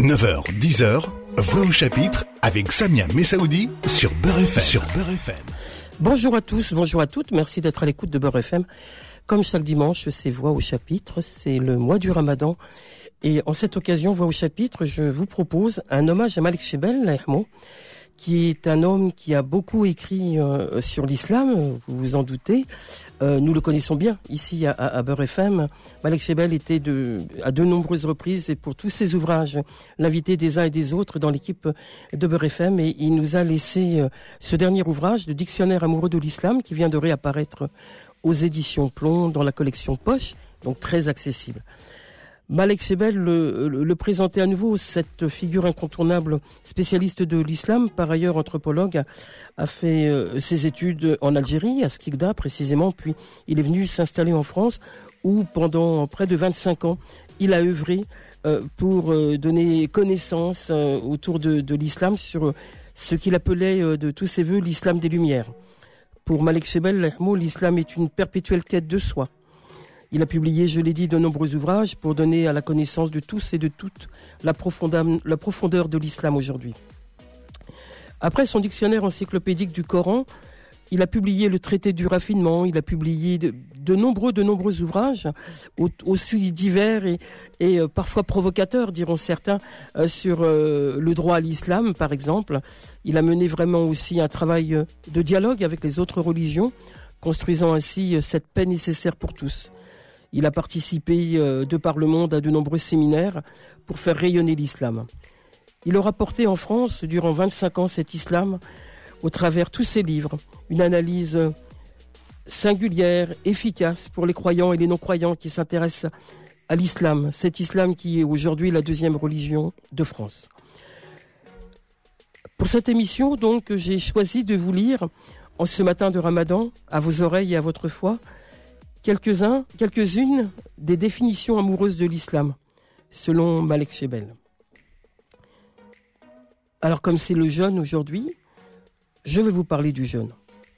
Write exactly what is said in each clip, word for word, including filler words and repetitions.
neuf heures, dix heures, Voix au chapitre avec Samia Messaoudi sur Beurre F M. Sur Beurre F M. Bonjour à tous, bonjour à toutes, merci d'être à l'écoute de Beurre F M. Comme chaque dimanche, c'est Voix au chapitre, c'est le mois du Ramadan. Et en cette occasion, Voix au chapitre, je vous propose un hommage à Malik Chebel, qui est un homme qui a beaucoup écrit euh, sur l'islam, vous vous en doutez. Euh, nous le connaissons bien ici à, à, à Beurre F M. Malik Chebel était de, à de nombreuses reprises et pour tous ses ouvrages, l'invité des uns et des autres dans l'équipe de Beurre F M. Et il nous a laissé euh, ce dernier ouvrage, le Dictionnaire amoureux de l'islam, qui vient de réapparaître aux éditions Plomb dans la collection Poche, donc très accessible. Malik Chebel le, le, le présentait à nouveau, cette figure incontournable, spécialiste de l'islam, par ailleurs anthropologue, a, a fait euh, ses études en Algérie, à Skikda précisément, puis il est venu s'installer en France, où pendant près de vingt-cinq ans, il a œuvré euh, pour euh, donner connaissance euh, autour de, de l'islam sur ce qu'il appelait euh, de tous ses voeux l'islam des Lumières. Pour Malik Chebel, l'islam est une perpétuelle quête de soi. Il a publié, je l'ai dit, de nombreux ouvrages pour donner à la connaissance de tous et de toutes la profondeur, la profondeur de l'islam aujourd'hui. Après son dictionnaire encyclopédique du Coran, il a publié le traité du raffinement, il a publié de, de nombreux, de nombreux ouvrages, aussi divers et, et euh, parfois provocateurs, diront certains, euh, sur euh, le droit à l'islam, par exemple. Il a mené vraiment aussi un travail de dialogue avec les autres religions, construisant ainsi euh, cette paix nécessaire pour tous. Il a participé euh, de par le monde à de nombreux séminaires pour faire rayonner l'islam. Il aura porté en France, durant vingt-cinq ans, cet islam, au travers tous ses livres, une analyse singulière, efficace pour les croyants et les non-croyants qui s'intéressent à l'islam, cet islam qui est aujourd'hui la deuxième religion de France. Pour cette émission, donc, j'ai choisi de vous lire, en ce matin de Ramadan, à vos oreilles et à votre foi, Quelques-uns, quelques-unes des définitions amoureuses de l'islam, selon Malik Chebel. Alors, comme c'est le jeûne aujourd'hui, je vais vous parler du jeûne.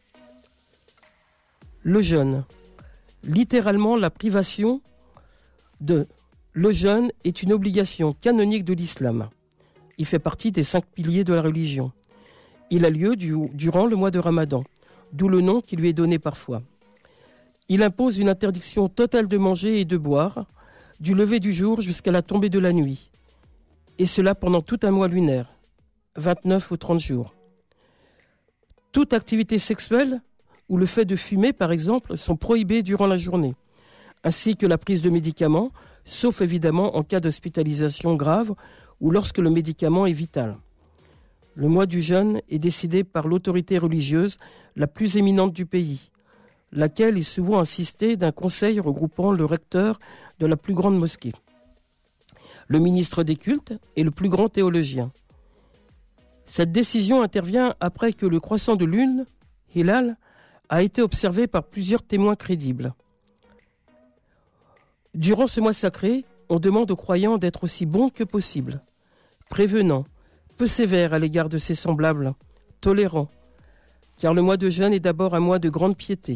Le jeûne, littéralement la privation de. Le jeûne est une obligation canonique de l'islam. Il fait partie des cinq piliers de la religion. Il a lieu du, durant le mois de Ramadan, d'où le nom qui lui est donné parfois. Il impose une interdiction totale de manger et de boire, du lever du jour jusqu'à la tombée de la nuit, et cela pendant tout un mois lunaire, vingt-neuf ou trente jours. Toute activité sexuelle ou le fait de fumer, par exemple, sont prohibés durant la journée, ainsi que la prise de médicaments, sauf évidemment en cas d'hospitalisation grave ou lorsque le médicament est vital. Le mois du jeûne est décidé par l'autorité religieuse la plus éminente du pays, laquelle est souvent assistée d'un conseil regroupant le recteur de la plus grande mosquée, le ministre des cultes et le plus grand théologien. Cette décision intervient après que le croissant de lune, Hilal, a été observé par plusieurs témoins crédibles. Durant ce mois sacré, on demande aux croyants d'être aussi bons que possible, prévenants, peu sévères à l'égard de ses semblables, tolérants, car le mois de jeûne est d'abord un mois de grande piété.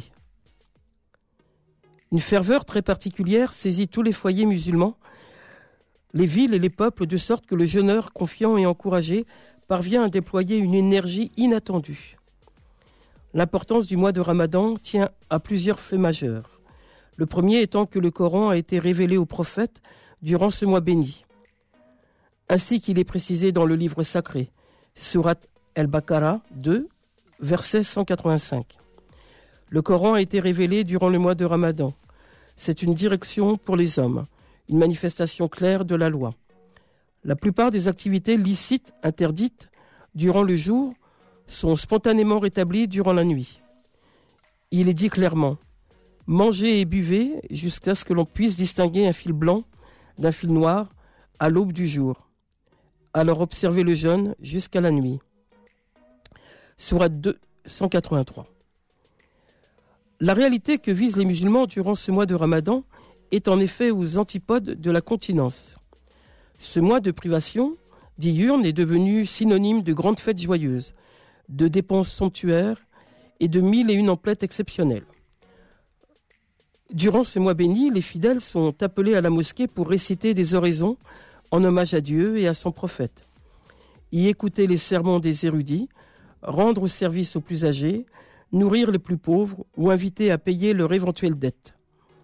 Une ferveur très particulière saisit tous les foyers musulmans, les villes et les peuples, de sorte que le jeûneur, confiant et encouragé, parvient à déployer une énergie inattendue. L'importance du mois de Ramadan tient à plusieurs faits majeurs. Le premier étant que le Coran a été révélé aux prophètes durant ce mois béni, ainsi qu'il est précisé dans le livre sacré, Sourate Al-Baqarah deux, verset cent quatre-vingt-cinq. Le Coran a été révélé durant le mois de Ramadan. C'est une direction pour les hommes, une manifestation claire de la loi. La plupart des activités licites interdites durant le jour sont spontanément rétablies durant la nuit. Il est dit clairement, mangez et buvez jusqu'à ce que l'on puisse distinguer un fil blanc d'un fil noir à l'aube du jour. Alors observez le jeûne jusqu'à la nuit. Sourate deux, cent quatre-vingt-trois. La réalité que visent les musulmans durant ce mois de Ramadan est en effet aux antipodes de la continence. Ce mois de privation diurne est devenu synonyme de grandes fêtes joyeuses, de dépenses somptuaires et de mille et une emplettes exceptionnelles. Durant ce mois béni, les fidèles sont appelés à la mosquée pour réciter des oraisons en hommage à Dieu et à son prophète. Y écouter les sermons des érudits, rendre service aux plus âgés, nourrir les plus pauvres ou inviter à payer leur éventuelle dette.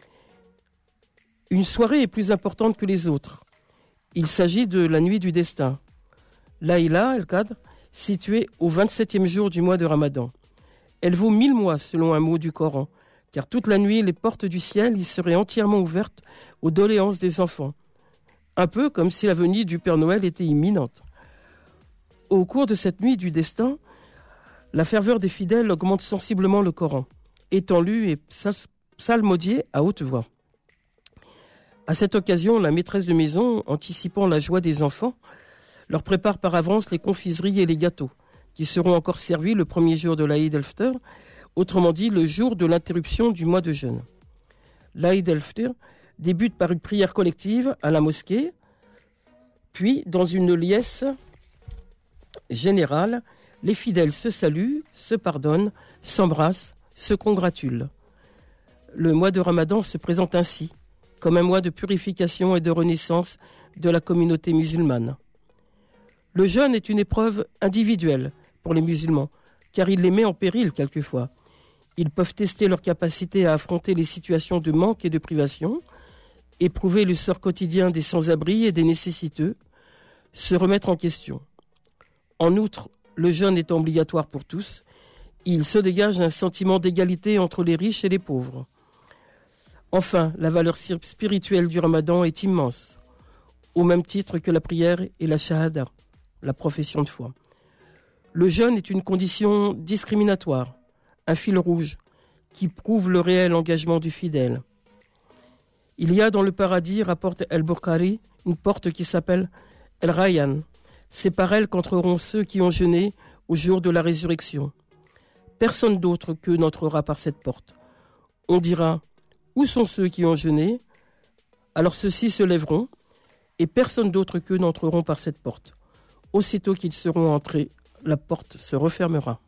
Une soirée est plus importante que les autres. Il s'agit de la nuit du destin. Laïla el-Qadr, située au vingt-septième jour du mois de Ramadan. Elle vaut mille mois selon un mot du Coran, car toute la nuit, les portes du ciel y seraient entièrement ouvertes aux doléances des enfants. Un peu comme si la venue du Père Noël était imminente. Au cours de cette nuit du destin, la ferveur des fidèles augmente sensiblement le Coran, étant lu et psalmodié à haute voix. À cette occasion, la maîtresse de maison, anticipant la joie des enfants, leur prépare par avance les confiseries et les gâteaux, qui seront encore servis le premier jour de l'Aïd el-Fitr, autrement dit le jour de l'interruption du mois de jeûne. L'Aïd el-Fitr débute par une prière collective à la mosquée, puis dans une liesse générale, les fidèles se saluent, se pardonnent, s'embrassent, se congratulent. Le mois de Ramadan se présente ainsi, comme un mois de purification et de renaissance de la communauté musulmane. Le jeûne est une épreuve individuelle pour les musulmans, car il les met en péril quelquefois. Ils peuvent tester leur capacité à affronter les situations de manque et de privation, éprouver le sort quotidien des sans-abri et des nécessiteux, se remettre en question. En outre, le jeûne étant obligatoire pour tous, il se dégage un sentiment d'égalité entre les riches et les pauvres. Enfin, la valeur spirituelle du Ramadan est immense, au même titre que la prière et la shahada, la profession de foi. Le jeûne est une condition discriminatoire, un fil rouge, qui prouve le réel engagement du fidèle. Il y a dans le paradis, rapporte El-Bukhari, une porte qui s'appelle El-Rayyan. C'est par elle qu'entreront ceux qui ont jeûné au jour de la résurrection. Personne d'autre qu'eux n'entrera par cette porte. On dira, où sont ceux qui ont jeûné ? Alors ceux-ci se lèveront, et personne d'autre qu'eux n'entreront par cette porte. Aussitôt qu'ils seront entrés, la porte se refermera.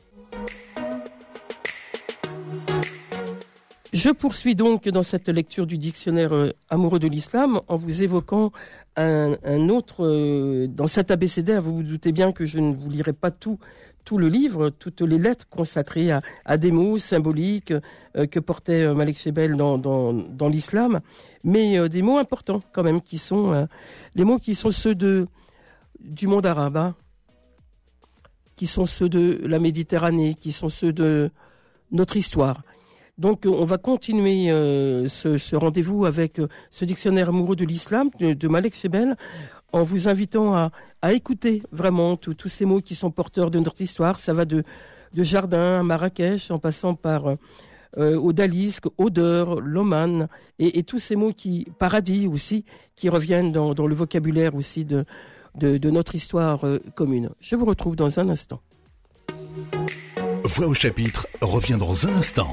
Je poursuis donc dans cette lecture du dictionnaire euh, amoureux de l'islam en vous évoquant un, un autre... Euh, dans cet abécédaire, vous vous doutez bien que je ne vous lirai pas tout, tout le livre, toutes les lettres consacrées à, à des mots symboliques euh, que portait euh, Malek Chebel dans, dans, dans l'islam, mais euh, des mots importants quand même, qui sont euh, les mots qui sont ceux de, du monde arabe, hein, qui sont ceux de la Méditerranée, qui sont ceux de notre histoire. Donc on va continuer euh, ce, ce rendez-vous avec euh, ce dictionnaire amoureux de l'islam de, de Malek Chebel en vous invitant à, à écouter vraiment tous ces mots qui sont porteurs de notre histoire. Ça va de, de Jardin à Marrakech en passant par euh, Odalisque, Odeur, Loman et, et tous ces mots qui, paradis aussi, qui reviennent dans, dans le vocabulaire aussi de, de, de notre histoire euh, commune. Je vous retrouve dans un instant. Voix au chapitre revient dans un instant.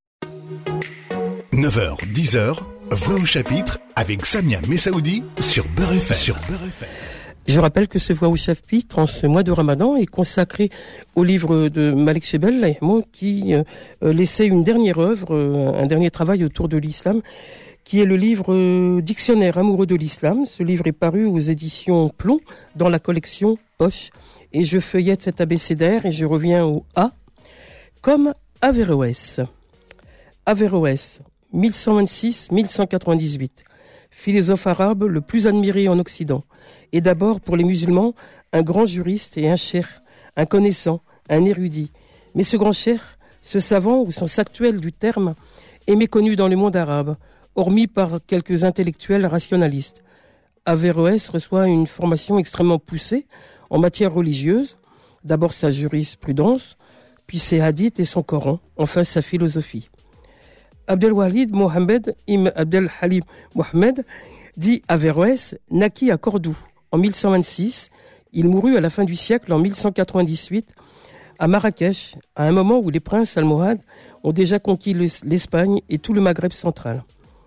neuf heures, dix heures, Voix au chapitre avec Samia Messaoudi sur Beurre F M. Sur Beurre F M. Je rappelle que ce Voix au chapitre en ce mois de Ramadan est consacré au livre de Malek Chebel qui euh, laissait une dernière œuvre, euh, un dernier travail autour de l'islam, qui est le livre euh, Dictionnaire amoureux de l'islam. Ce livre est paru aux éditions Plomb dans la collection Poche. Et je feuillette cet abécédaire et je reviens au A, comme Averroès. Averroès, mille cent vingt-six à mille cent quatre-vingt-dix-huit, philosophe arabe le plus admiré en Occident, et d'abord pour les musulmans, un grand juriste et un cheikh, un connaissant, un érudit. Mais ce grand cheikh, ce savant au sens actuel du terme, est méconnu dans le monde arabe, hormis par quelques intellectuels rationalistes. Averroès reçoit une formation extrêmement poussée en matière religieuse, d'abord sa jurisprudence, puis ses hadiths et son Coran, enfin sa philosophie. Abdelwahid Mohamed Ibn Abdel Halim Mohamed, dit Averroès, naquit à Cordoue en mille cent vingt-six. Il mourut à la fin du siècle en mille cent quatre-vingt-dix-huit à Marrakech, à un moment où les princes almohades ont déjà conquis l'Espagne et tout le Maghreb central.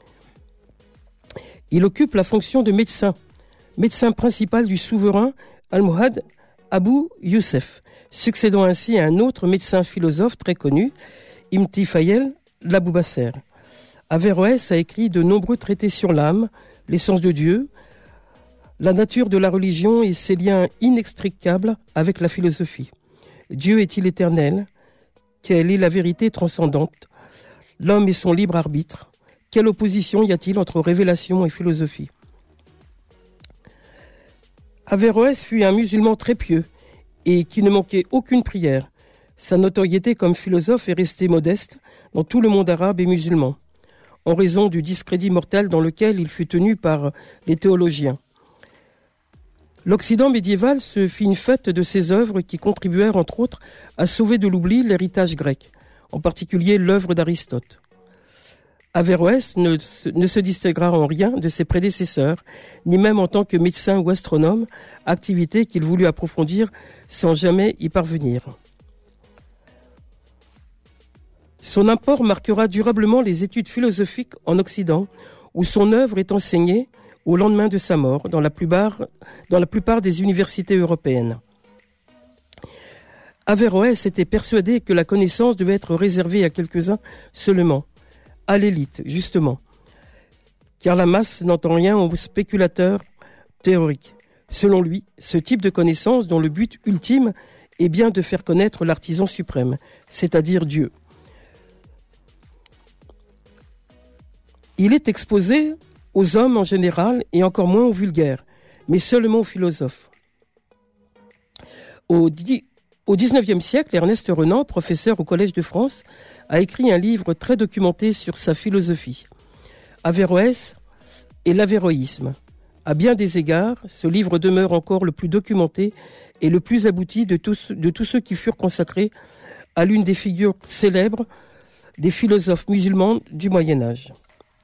Il occupe la fonction de médecin, médecin principal du souverain almohade Abou Youssef, succédant ainsi à un autre médecin philosophe très connu, Ibn Tufayl l'Aboubasser. Averroès a écrit de nombreux traités sur l'âme, l'essence de Dieu, La nature de la religion et ses liens inextricables avec la philosophie. Dieu est-il éternel? Quelle est la vérité transcendante? L'homme et son libre arbitre. Quelle opposition y a-t-il entre révélation et philosophie? Averroès fut un musulman très pieux et qui ne manquait aucune prière. Sa notoriété comme philosophe est restée modeste dans tout le monde arabe et musulman, en raison du discrédit mortel dans lequel il fut tenu par les théologiens. L'Occident médiéval se fit une fête de ses œuvres qui contribuèrent entre autres à sauver de l'oubli l'héritage grec, en particulier l'œuvre d'Aristote. Averroès ne, ne se distinguera en rien de ses prédécesseurs, ni même en tant que médecin ou astronome, activité qu'il voulut approfondir sans jamais y parvenir. Son apport marquera durablement les études philosophiques en Occident, où son œuvre est enseignée au lendemain de sa mort dans la plupart, dans la plupart des universités européennes. Averroès était persuadé que la connaissance devait être réservée à quelques-uns seulement, à l'élite, justement, car la masse n'entend rien aux spéculateurs théoriques. Selon lui, ce type de connaissance dont le but ultime est bien de faire connaître l'artisan suprême, c'est-à-dire Dieu. Il est exposé aux hommes en général et encore moins aux vulgaires, mais seulement aux philosophes. Au, di- au dix-neuvième siècle, Ernest Renan, professeur au Collège de France, a écrit un livre très documenté sur sa philosophie, Averroès et l'avéroïsme. À bien des égards, ce livre demeure encore le plus documenté et le plus abouti de tous, de tous ceux qui furent consacrés à l'une des figures célèbres des philosophes musulmans du Moyen-Âge.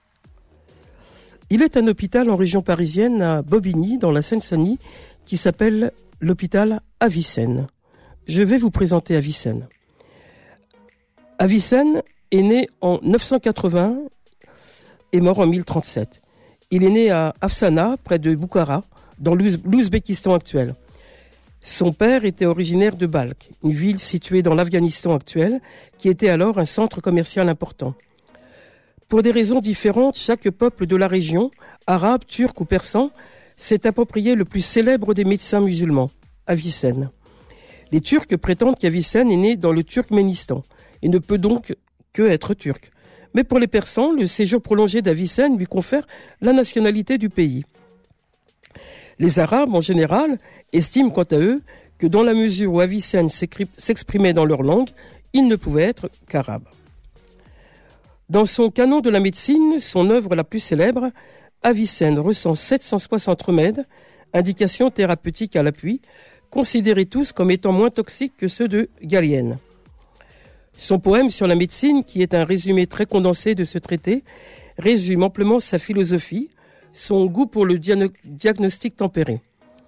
Il est un hôpital en région parisienne, à Bobigny, dans la Seine-Saint-Denis, qui s'appelle l'hôpital Avicenne. Je vais vous présenter Avicenne. Avicenne est né en neuf cent quatre-vingts et mort en mille trente-sept. Il est né à Afsana, près de Boukhara, dans l'Ouzbékistan actuel. Son père était originaire de Balkh, une ville située dans l'Afghanistan actuel, qui était alors un centre commercial important. Pour des raisons différentes, chaque peuple de la région, arabe, turc ou persan, s'est approprié le plus célèbre des médecins musulmans, Avicenne. Les Turcs prétendent qu'Avicenne est né dans le Turkménistan et ne peut donc que être turc. Mais pour les Persans, le séjour prolongé d'Avicenne lui confère la nationalité du pays. Les Arabes, en général, estiment quant à eux que dans la mesure où Avicenne s'exprimait dans leur langue, il ne pouvait être qu'arabe. Dans son canon de la médecine, son œuvre la plus célèbre, Avicenne recense sept cent soixante remèdes, indications thérapeutiques à l'appui, considérés tous comme étant moins toxiques que ceux de Galien. Son poème sur la médecine, qui est un résumé très condensé de ce traité, résume amplement sa philosophie, son goût pour le diano- diagnostic tempéré.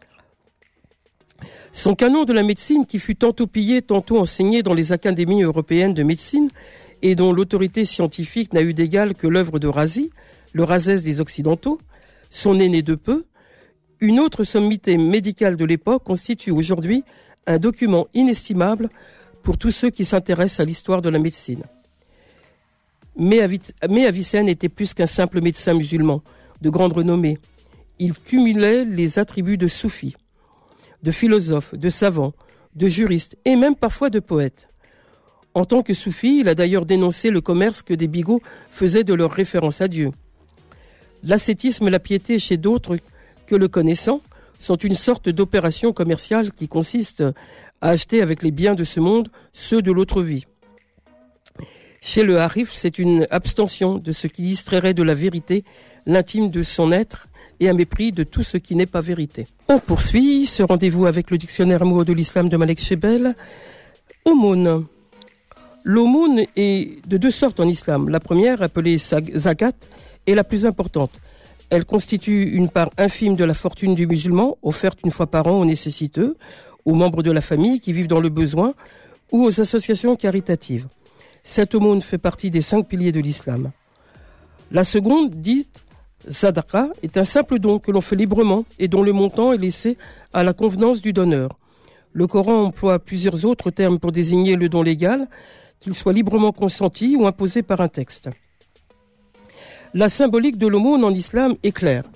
Son canon de la médecine, qui fut tantôt pillé, tantôt enseigné dans les académies européennes de médecine, et dont l'autorité scientifique n'a eu d'égal que l'œuvre de Razi, le Razès des Occidentaux, son aîné de peu, une autre sommité médicale de l'époque constitue aujourd'hui un document inestimable pour tous ceux qui s'intéressent à l'histoire de la médecine. Mais, Avic- mais Avicenne était plus qu'un simple médecin musulman, de grande renommée. Il cumulait les attributs de soufi, de philosophe, de savant, de juriste et même parfois de poète. En tant que soufi, il a d'ailleurs dénoncé le commerce que des bigots faisaient de leur référence à Dieu. L'ascétisme et la piété chez d'autres que le connaissant sont une sorte d'opération commerciale qui consiste à acheter avec les biens de ce monde ceux de l'autre vie. Chez le harif, c'est une abstention de ce qui distrairait de la vérité l'intime de son être et un mépris de tout ce qui n'est pas vérité. On poursuit ce rendez-vous avec le dictionnaire amoureux de l'islam de Malek Chebel. Aumône. L'aumône est de deux sortes en islam. La première, appelée zakat, est la plus importante. Elle constitue une part infime de la fortune du musulman, offerte une fois par an aux nécessiteux, aux membres de la famille qui vivent dans le besoin ou aux associations caritatives. Cette aumône fait partie des cinq piliers de l'islam. La seconde, dite sadaqa, est un simple don que l'on fait librement et dont le montant est laissé à la convenance du donneur. Le Coran emploie plusieurs autres termes pour désigner le don légal, qu'il soit librement consenti ou imposé par un texte. La symbolique de l'aumône en islam est claire.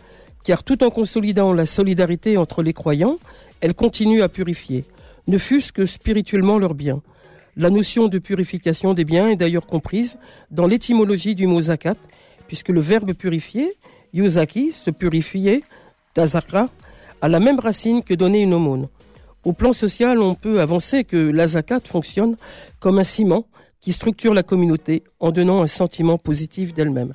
car tout en consolidant la solidarité entre les croyants, elle continue à purifier, ne fût-ce que spirituellement leurs biens. La notion de purification des biens est d'ailleurs comprise dans l'étymologie du mot zakat, puisque le verbe purifier, yuzaki, se purifier, tazaka, a la même racine que donner une aumône. Au plan social, on peut avancer que la zakat fonctionne comme un ciment qui structure la communauté en donnant un sentiment positif d'elle-même.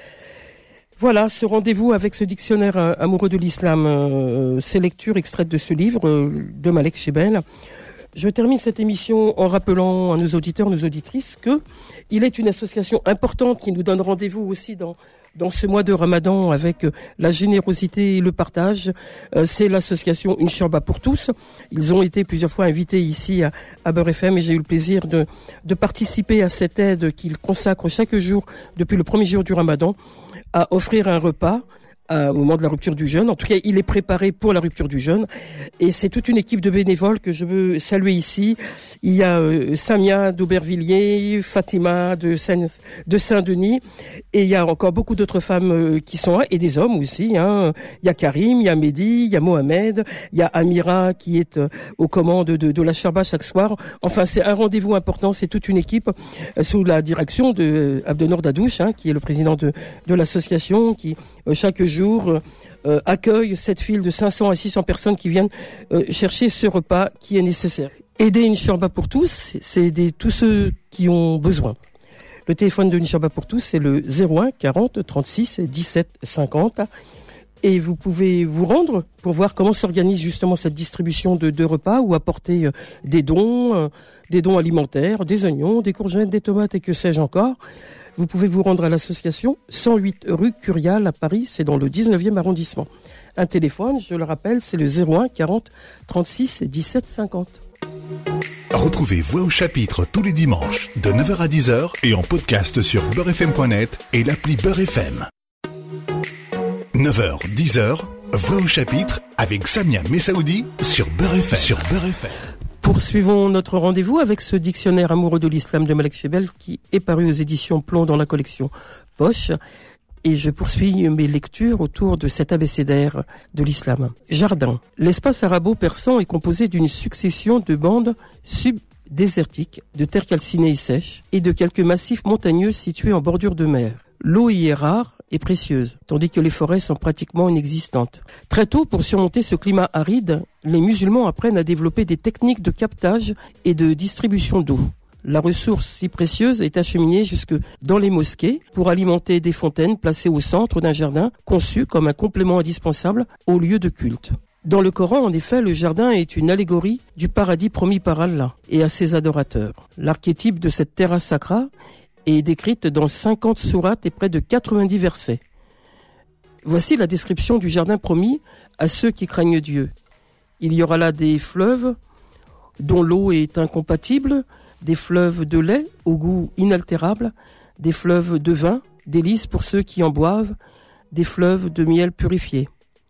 Voilà, ce rendez-vous avec ce dictionnaire amoureux de l'islam, euh, ces lectures extraites de ce livre euh, de Malek Chebel. Je termine cette émission en rappelant à nos auditeurs, nos auditrices, que il est une association importante qui nous donne rendez-vous aussi dans dans ce mois de Ramadan avec la générosité et le partage. Euh, c'est l'association Une Shorba pour tous. Ils ont été plusieurs fois invités ici à, à Beurre F M et j'ai eu le plaisir de, de participer à cette aide qu'ils consacrent chaque jour depuis le premier jour du Ramadan à offrir un repas au moment de la rupture du jeûne. En tout cas, il est préparé pour la rupture du jeûne. Et c'est toute une équipe de bénévoles que je veux saluer ici. Il y a euh, Samia d'Aubervilliers, Fatima de, Saint- de Saint-Denis. Et il y a encore beaucoup d'autres femmes euh, qui sont là, et des hommes aussi. Hein. Il y a Karim, il y a Mehdi, il y a Mohamed, il y a Amira qui est euh, aux commandes de, de la Sharba chaque soir. Enfin, c'est un rendez-vous important. C'est toute une équipe euh, sous la direction de euh, Abdennour Dadouche, hein, qui est le président de, de l'association, qui euh, chaque jour Euh, accueille cette file de cinq cents à six cents personnes qui viennent euh, chercher ce repas qui est nécessaire. Aider une Shorba pour tous, c'est aider tous ceux qui ont besoin. Le téléphone de une Shorba pour tous, c'est le zéro un quarante trente-six dix-sept cinquante. Et vous pouvez vous rendre pour voir comment s'organise justement cette distribution de, de repas ou apporter euh, des dons, euh, des dons alimentaires, des oignons, des courgettes, des tomates et que sais-je encore. Vous pouvez vous rendre à l'association cent huit rue Curial à Paris, c'est dans le dix-neuvième arrondissement. Un téléphone, je le rappelle, c'est le zéro un quarante trente-six dix-sept cinquante. Retrouvez Voix au chapitre tous les dimanches de neuf heures à dix heures et en podcast sur beurre f m point net et l'appli Beurre F M. neuf heures dix heures, Voix au chapitre avec Samia Messaoudi sur Beurre F M. Sur Beurre F M. Poursuivons notre rendez-vous avec ce dictionnaire amoureux de l'islam de Malek Chebel qui est paru aux éditions Plomb dans la collection Poche. Et je poursuis mes lectures autour de cet abécédaire de l'islam. Jardin. L'espace arabo-persan est composé d'une succession de bandes subdésertiques, de terre calcinée et sèche, et de quelques massifs montagneux situés en bordure de mer. L'eau y est rare et précieuse, tandis que les forêts sont pratiquement inexistantes. Très tôt, pour surmonter ce climat aride, les musulmans apprennent à développer des techniques de captage et de distribution d'eau. La ressource si précieuse est acheminée jusque dans les mosquées pour alimenter des fontaines placées au centre d'un jardin conçu comme un complément indispensable au lieu de culte. Dans le Coran, en effet, le jardin est une allégorie du paradis promis par Allah et à ses adorateurs. L'archétype de cette terra sacra est décrite dans cinquante sourates et près de quatre-vingt-dix versets. Voici la description du jardin promis à ceux qui craignent Dieu. Il y aura là des fleuves dont l'eau est incompatible, des fleuves de lait au goût inaltérable, des fleuves de vin, délices pour ceux qui en boivent, des fleuves de miel purifié.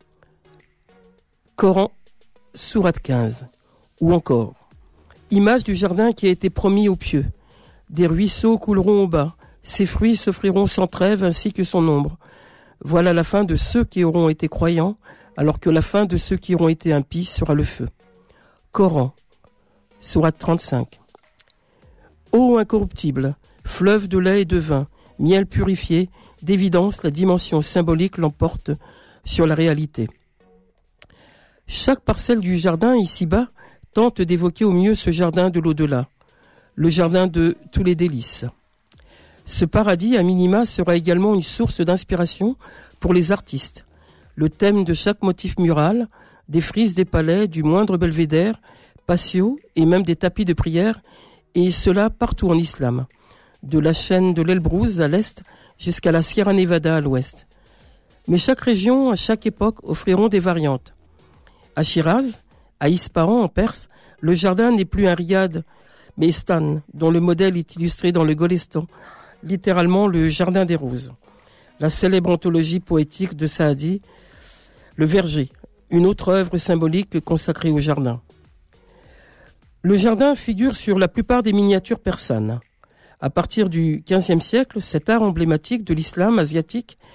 Coran, sourate quinze. Ou encore, image du jardin qui a été promis aux pieux. Des ruisseaux couleront au bas, ses fruits s'offriront sans trêve ainsi que son ombre. Voilà la fin de ceux qui auront été croyants, alors que la fin de ceux qui auront été impies sera le feu. Coran, sourate trente-cinq. Eau incorruptible, fleuve de lait et de vin, miel purifié, d'évidence la dimension symbolique l'emporte sur la réalité. Chaque parcelle du jardin ici-bas tente d'évoquer au mieux ce jardin de l'au-delà, le jardin de tous les délices. Ce paradis, à minima, sera également une source d'inspiration pour les artistes. Le thème de chaque motif mural, des frises des palais, du moindre belvédère, patio et même des tapis de prière, et cela partout en islam, de la chaîne de l'Elbrouz à l'est jusqu'à la Sierra Nevada à l'ouest. Mais chaque région, à chaque époque, offriront des variantes. À Shiraz, à Ispahan en Perse, le jardin n'est plus un riad, mais Stan, dont le modèle est illustré dans le Golestan, littéralement le jardin des roses. La célèbre anthologie poétique de Saadi, Le Verger, une autre œuvre symbolique consacrée au jardin. Le jardin figure sur la plupart des miniatures persanes. À partir du quinzième siècle, cet art emblématique de l'islam asiatique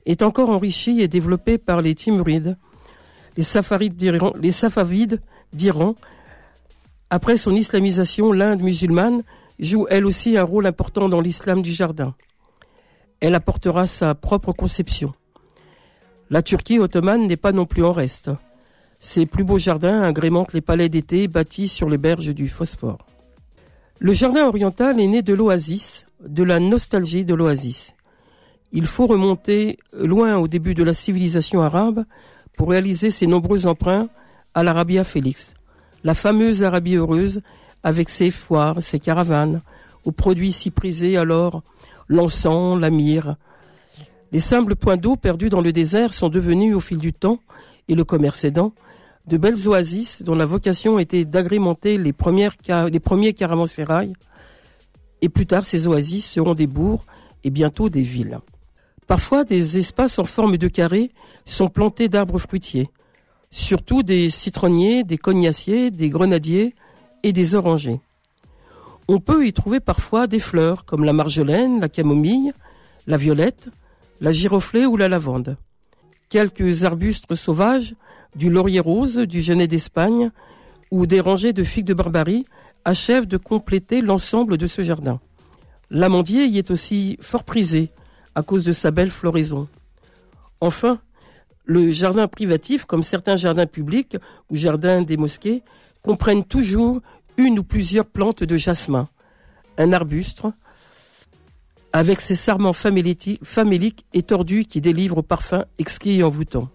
est encore enrichi et développé par les Timurides, les Safavides d'Iran, les Safavides d'Iran. Après son islamisation, l'Inde musulmane joue elle aussi un rôle important dans l'islam du jardin. Elle apportera sa propre conception. La Turquie ottomane n'est pas non plus en reste. Ses plus beaux jardins agrémentent les palais d'été bâtis sur les berges du Bosphore. Le jardin oriental est né de l'oasis, de la nostalgie de l'oasis. Il faut remonter loin au début de la civilisation arabe pour réaliser ses nombreux emprunts à l'Arabia Félix, la fameuse Arabie heureuse avec ses foires, ses caravanes, aux produits si prisés alors, l'encens, la myrrhe. Les simples points d'eau perdus dans le désert sont devenus au fil du temps, et le commerce aidant, de belles oasis dont la vocation était d'agrémenter les, premières, les premiers caravansérails, et plus tard ces oasis seront des bourgs et bientôt des villes. Parfois, des espaces en forme de carré sont plantés d'arbres fruitiers, surtout des citronniers, des cognaciers, des grenadiers et des orangers. On peut y trouver parfois des fleurs comme la marjolaine, la camomille, la violette, la giroflée ou la lavande. Quelques arbustes sauvages, du laurier rose, du genêt d'Espagne ou des rangées de figues de Barbarie achèvent de compléter l'ensemble de ce jardin. L'amandier y est aussi fort prisé à cause de sa belle floraison. Enfin, le jardin privatif, comme certains jardins publics ou jardins des mosquées, comprennent toujours une ou plusieurs plantes de jasmin, un arbuste avec ses sarments faméliques et tordus qui délivrent au parfum exquis et envoûtant.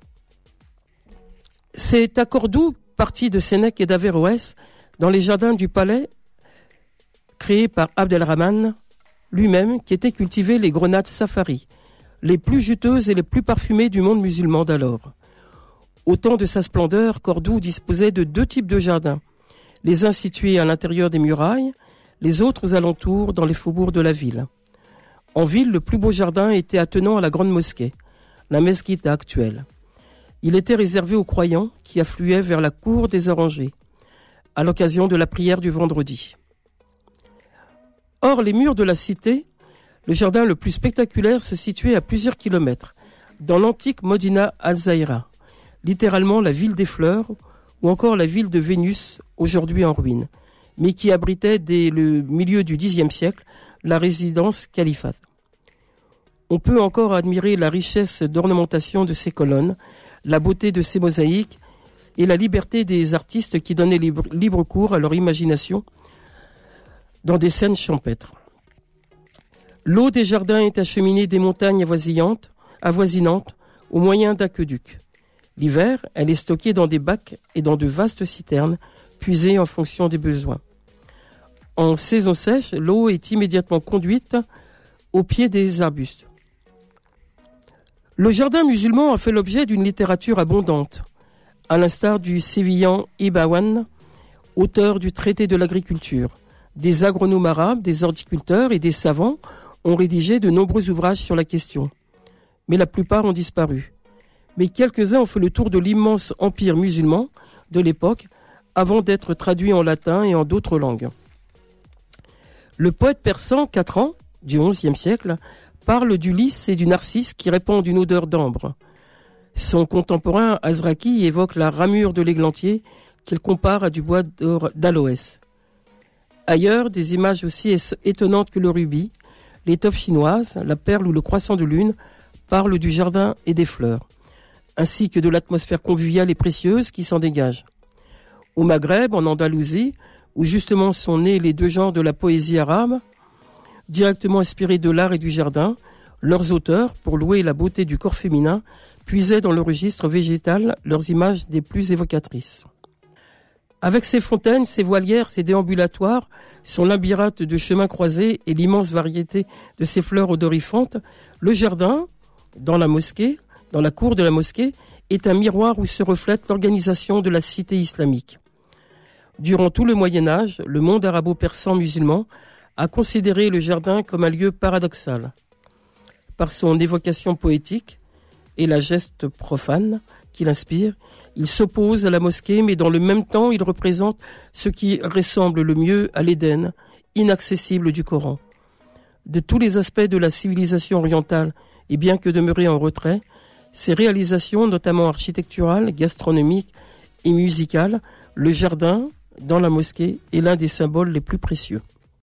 C'est à Cordoue, partie de Sénèque et d'Averroès, dans les jardins du palais, créés par Abdelrahman lui-même, qu'étaient cultivées les grenades safari, les plus juteuses et les plus parfumées du monde musulman d'alors. Au temps de sa splendeur, Cordoue disposait de deux types de jardins, les uns situés à l'intérieur des murailles, les autres aux alentours dans les faubourgs de la ville. En ville, le plus beau jardin était attenant à la grande mosquée, la mesquite actuelle. Il était réservé aux croyants qui affluaient vers la cour des orangers, à l'occasion de la prière du vendredi. Hors les murs de la cité, le jardin le plus spectaculaire se situait à plusieurs kilomètres, dans l'antique Modina al-Zahira, littéralement la ville des fleurs, ou encore la ville de Vénus, aujourd'hui en ruine, mais qui abritait dès le milieu du dixième siècle la résidence califate. On peut encore admirer la richesse d'ornementation de ses colonnes, la beauté de ses mosaïques et la liberté des artistes qui donnaient libre, libre cours à leur imagination dans des scènes champêtres. L'eau des jardins est acheminée des montagnes avoisinantes, avoisinantes au moyen d'aqueducs. L'hiver, elle est stockée dans des bacs et dans de vastes citernes, puisées en fonction des besoins. En saison sèche, l'eau est immédiatement conduite au pied des arbustes. Le jardin musulman a fait l'objet d'une littérature abondante, à l'instar du sévillan Ibn Awan, auteur du traité de l'agriculture. Des agronomes arabes, des horticulteurs et des savants ont rédigé de nombreux ouvrages sur la question. Mais la plupart ont disparu. Mais quelques-uns ont fait le tour de l'immense empire musulman de l'époque avant d'être traduits en latin et en d'autres langues. Le poète persan Qatran, du onzième siècle, parle du lys et du narcisse qui répandent une odeur d'ambre. Son contemporain Azraqi évoque la ramure de l'églantier qu'il compare à du bois d'aloès. Ailleurs, des images aussi étonnantes que le rubis, l'étoffe chinoise, la perle ou le croissant de lune parlent du jardin et des fleurs, ainsi que de l'atmosphère conviviale et précieuse qui s'en dégage. Au Maghreb, en Andalousie, où justement sont nés les deux genres de la poésie arabe, directement inspirés de l'art et du jardin, leurs auteurs, pour louer la beauté du corps féminin, puisaient dans le registre végétal leurs images des plus évocatrices. Avec ses fontaines, ses voilières, ses déambulatoires, son labyrinthe de chemins croisés et l'immense variété de ses fleurs odorifantes, le jardin, dans la mosquée, dans la cour de la mosquée, est un miroir où se reflète l'organisation de la cité islamique. Durant tout le Moyen-Âge, le monde arabo-persan musulman a considéré le jardin comme un lieu paradoxal. Par son évocation poétique et la geste profane qu'il inspire, il s'oppose à la mosquée, mais dans le même temps, il représente ce qui ressemble le mieux à l'Éden, inaccessible du Coran. De tous les aspects de la civilisation orientale Et bien que demeuré en retrait, ses réalisations, notamment architecturales, gastronomiques et musicales, le jardin dans la mosquée est l'un des symboles les plus précieux.